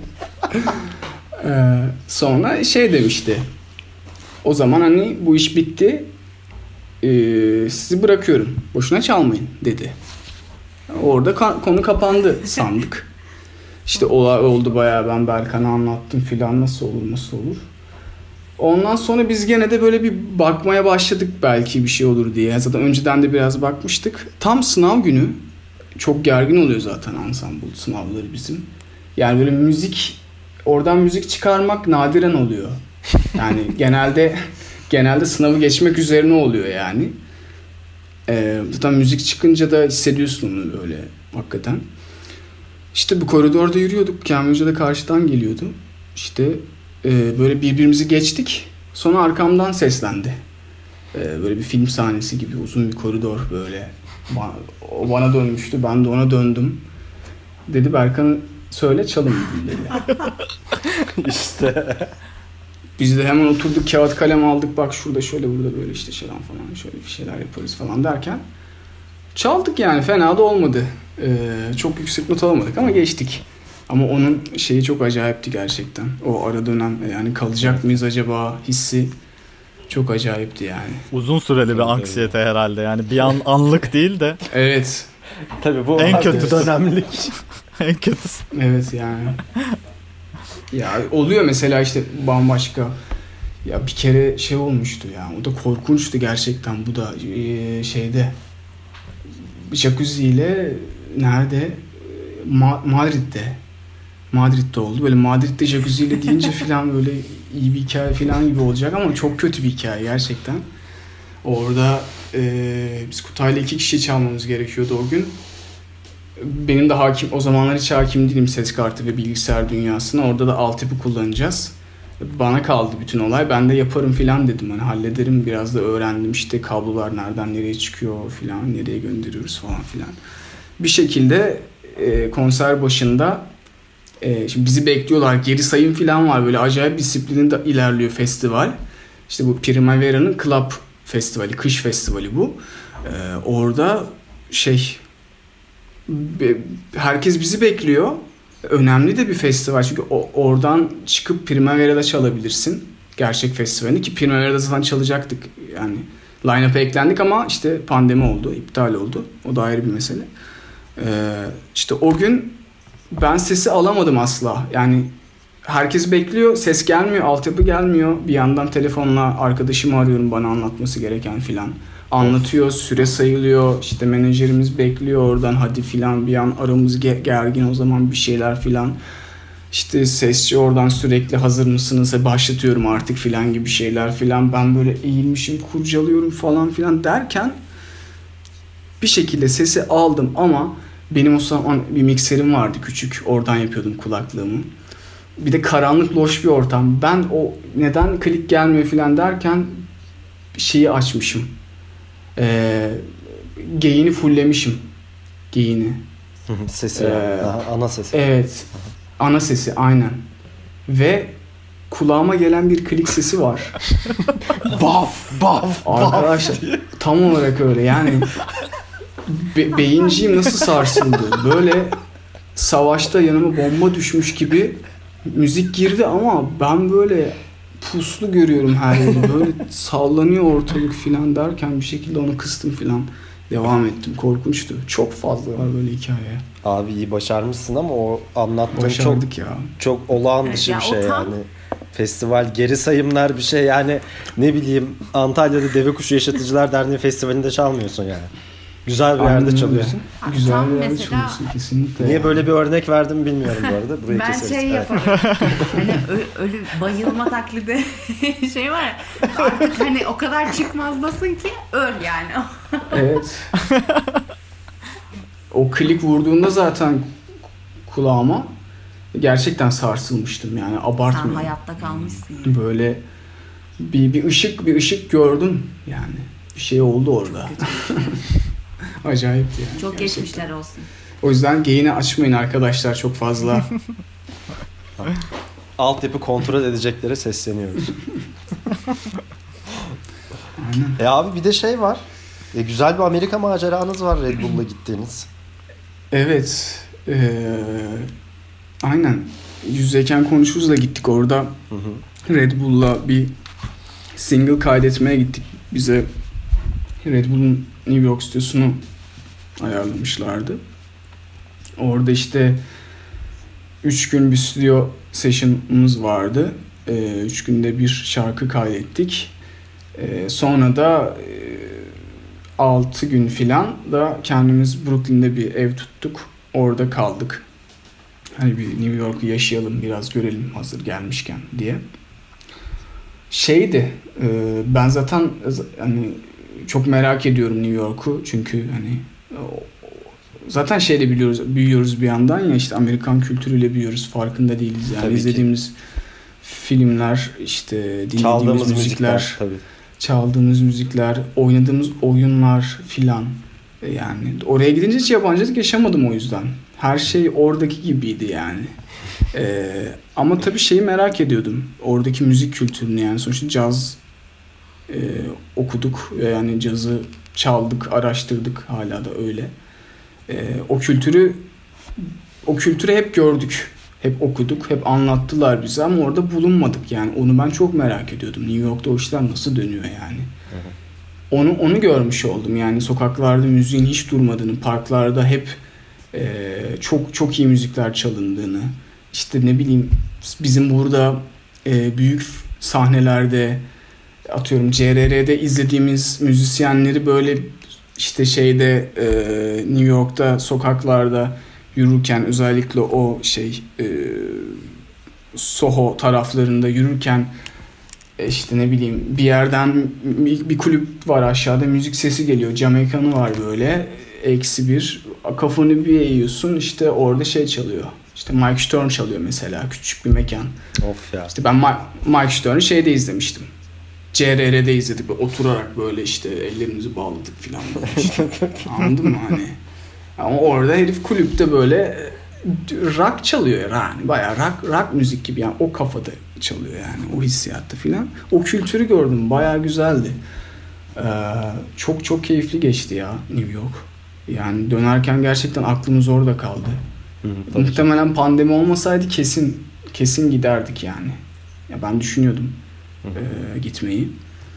Sonra şey demişti. O zaman hani bu iş bitti. Sizi bırakıyorum. Boşuna çalmayın dedi. Orada konu kapandı sandık. İşte olay oldu bayağı, ben Berkan'a anlattım filan, nasıl olur. Ondan sonra biz gene de böyle bir bakmaya başladık belki bir şey olur diye. Zaten önceden de biraz bakmıştık. Tam sınav günü çok gergin oluyor zaten ansambl sınavları bizim. Yani böyle oradan müzik çıkarmak nadiren oluyor. Yani genelde sınavı geçmek üzerine oluyor yani. Zaten müzik çıkınca da hissediyorsun onu böyle hakikaten. İşte bu koridorda yürüyorduk. Kamil Hoca da karşıdan geliyordu. İşte böyle birbirimizi geçtik. Sonra arkamdan seslendi. Böyle bir film sahnesi gibi uzun bir koridor böyle. O bana dönmüştü. Ben de ona döndüm. Dedi Berkan söyle çalın dedi. İşte. Biz de hemen oturduk, kağıt kalem aldık. Bak şurada şöyle, burada böyle işte falan falan. Şöyle bir şeyler yaparız falan derken. Çaldık yani, fena da olmadı. Çok yüksek not alamadık ama geçtik. Ama onun şeyi çok acayipti gerçekten. O ara dönem yani kalacak mıyız acaba hissi çok acayipti yani. Uzun süreli bir anksiyete herhalde yani bir anlık değil de. Evet. Tabii bu en kötü dönemlik. En kötüsü. Evet yani. Ya oluyor mesela işte bambaşka. Ya bir kere şey olmuştu ya. O da korkunçtu gerçekten. Bu da şeyde jacuzzi ile nerede? Madrid'de oldu. Böyle Madrid'de jacuzzi ile deyince falan böyle iyi bir hikaye falan gibi olacak ama çok kötü bir hikaye gerçekten. Orada biz Kutay'la 2 kişi çalmamız gerekiyordu o gün. Benim de o zamanlar hiç hakim değilim ses kartı ve bilgisayar dünyasına. Orada da altyapı kullanacağız. Bana kaldı bütün olay. Ben de yaparım filan dedim. Hani hallederim. Biraz da öğrendim işte kablolar nereden nereye çıkıyor filan, nereye gönderiyoruz falan filan. Bir şekilde konser başında şimdi bizi bekliyorlar. Geri sayım filan var. Böyle acayip disiplininde ilerliyor festival. İşte bu Primavera'nın Club Festivali, kış festivali bu. Orada herkes bizi bekliyor. Önemli de bir festival çünkü oradan çıkıp Primavera'da çalabilirsin. Gerçek festivalini, ki Primavera'da zaten çalacaktık. Yani line-up'a eklendik ama işte pandemi oldu, iptal oldu. O da ayrı bir mesele. İşte o gün ben sesi alamadım asla. Yani herkes bekliyor, ses gelmiyor, altyapı gelmiyor. Bir yandan telefonla arkadaşımı arıyorum, bana anlatması gereken filan. Anlatıyor, süre sayılıyor, işte menajerimiz bekliyor oradan hadi filan, bir an aramız gergin o zaman bir şeyler filan. İşte sesçi oradan sürekli hazır mısınız, başlatıyorum artık filan gibi şeyler filan. Ben böyle eğilmişim, kurcalıyorum falan filan derken bir şekilde sesi aldım ama benim o zaman bir mikserim vardı küçük, oradan yapıyordum kulaklığımı. Bir de karanlık, loş bir ortam. Ben o neden klik gelmiyor filan derken şeyi açmışım. Gain'i fulllemişim. Gain'i. Sesi ana sesi. Evet. Ana sesi aynen. Ve kulağıma gelen bir klik sesi var. Baf baf. Arkadaşlar tam olarak öyle yani beyinciğim nasıl sarsıldı. Böyle savaşta yanıma bomba düşmüş gibi müzik girdi ama ben böyle puslu görüyorum her yeri. Böyle sallanıyor ortalık filan derken bir şekilde onu kıstım filan. Devam ettim. Korkunçtu. Çok fazla var böyle hikaye. Abi iyi başarmışsın ama o anlattığın Başardık ya. çok olağan dışı Ya bir o şey tam- yani. Festival geri sayımlar bir şey yani, ne bileyim Antalya'da Deve Kuşu Yaşatıcılar Derneği Festivalinde çalmıyorsun yani. Güzel bir Aynen yerde öyle. çalıyorsun. Güzel Tam bir yerde mesela- çalıyorsun kesinlikle. Niye böyle bir örnek verdim bilmiyorum bu arada. Burayı Ben keseriz. şey Evet. yaparım. Hani ölü bayılma taklidi şey var ya. Artık hani o kadar çıkmazdasın ki öl yani. Evet. O klik vurduğunda zaten kulağıma gerçekten sarsılmıştım yani, Sen abartmıyorum. hayatta kalmışsın. Yani. Böyle bir ışık gördüm yani. Bir şey oldu orada. Acayipti yani. Çok gerçekten. geçmişler olsun. O yüzden geyini açmayın arkadaşlar çok fazla. Altyapı kontrol edeceklere sesleniyoruz. Aynen. Abi bir de şey var. Güzel bir Amerika maceranız var Red Bull'la gittiğiniz. Evet. Aynen. Yüzdeyken konuşuruz da gittik orada. Hı hı. Red Bull'la bir single kaydetmeye gittik. Bize Red Bull'un New York stüdyosunu ayarlamışlardı. Orada işte 3 gün bir stüdyo session'ımız vardı. 3 günde bir şarkı kaydettik. Sonra da 6 gün filan da kendimiz Brooklyn'de bir ev tuttuk. Orada kaldık. Hani bir New York'u yaşayalım, biraz görelim hazır gelmişken diye. Ben zaten hani çok merak ediyorum New York'u. Çünkü hani zaten şeyle büyüyoruz bir yandan ya, işte Amerikan kültürüyle büyüyoruz, farkında değiliz yani. Tabii ki. İzlediğimiz filmler, işte dinlediğimiz Çaldığımız müzikler, tabii. çaldığımız müzikler, oynadığımız oyunlar filan. Yani oraya gidince hiç yabancılık yaşamadım o yüzden. Her şey oradaki gibiydi yani. Ama tabii şeyi merak ediyordum. Oradaki müzik kültürünü yani. Sonuçta caz okuduk. Yani cazı çaldık, araştırdık. Hala da öyle. O kültürü hep gördük. Hep okuduk, hep anlattılar bize ama orada bulunmadık yani. Onu ben çok merak ediyordum. New York'ta o işler nasıl dönüyor yani. Onu görmüş oldum. Yani sokaklarda müziğin hiç durmadığını, parklarda hep çok iyi müzikler çalındığını, işte ne bileyim bizim burada büyük sahnelerde, atıyorum CRR'de izlediğimiz müzisyenleri böyle işte New York'ta sokaklarda yürürken, özellikle o Soho taraflarında yürürken, işte ne bileyim bir yerden bir kulüp var, aşağıda müzik sesi geliyor. Jamaikan'ı var böyle -1, kafanı bir eğiyorsun, işte orada çalıyor. İşte Mike Stern çalıyor mesela, küçük bir mekan. Of ya. İşte ben Mike Stern'ı izlemiştim. CRR'de izledik. Oturarak böyle işte ellerimizi bağladık falan. İşte. Anladın mı hani? Ama orada herif kulüpte böyle rock çalıyor yani. Bayağı rock müzik gibi yani, o kafada çalıyor yani, o hissiyatta filan. O kültürü gördüm, bayağı güzeldi. Çok keyifli geçti ya New York. Yani dönerken gerçekten aklımız orada kaldı. Muhtemelen pandemi olmasaydı kesin giderdik yani. Ya ben düşünüyordum gitmeyi.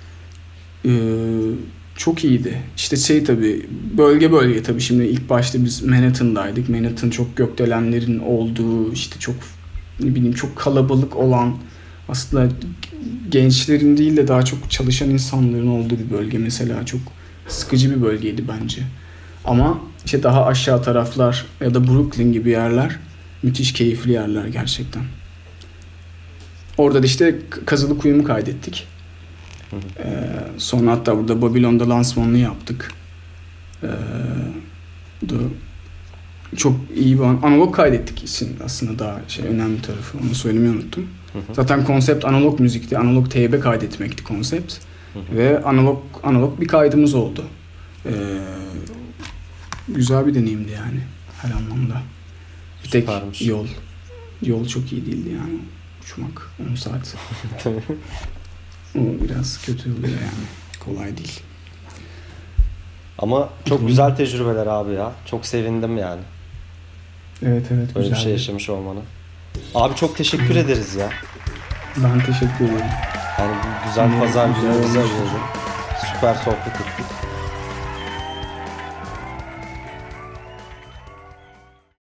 Çok iyiydi. İşte tabii bölge tabii, şimdi ilk başta biz Manhattan'daydık. Manhattan çok gökdelenlerin olduğu, işte çok ne bileyim çok kalabalık olan, aslında gençlerin değil de daha çok çalışan insanların olduğu bir bölge mesela. Çok sıkıcı bir bölgeydi bence. Ama işte daha aşağı taraflar ya da Brooklyn gibi yerler müthiş keyifli yerler gerçekten. Orada da işte Kazılıkuyu'mu kaydettik. Sonra hatta burada Babylon'da lansmanını yaptık. Bu da çok iyi bir analog kaydettik için aslında, daha önemli tarafı, onu söylemeyi unuttum. Zaten konsept analog müzikti. Analog teybe kaydetmekti konsept. Ve analog bir kaydımız oldu. Güzel bir deneyimdi yani. her anlamda. Bir tek Süpermiş. yol çok iyi değildi yani. Uçmak 10 saat. O biraz kötü oluyor yani. Kolay değil. Ama çok güzel tecrübeler abi ya. Çok sevindim yani. Evet Böyle güzeldi. bir şey yaşamış olmanı. Abi çok teşekkür ederiz ya. Ben teşekkür ederim. Yani bu güzel pazar günü Güzel bize olmuş. ayırdın. Süper sohbet ettik.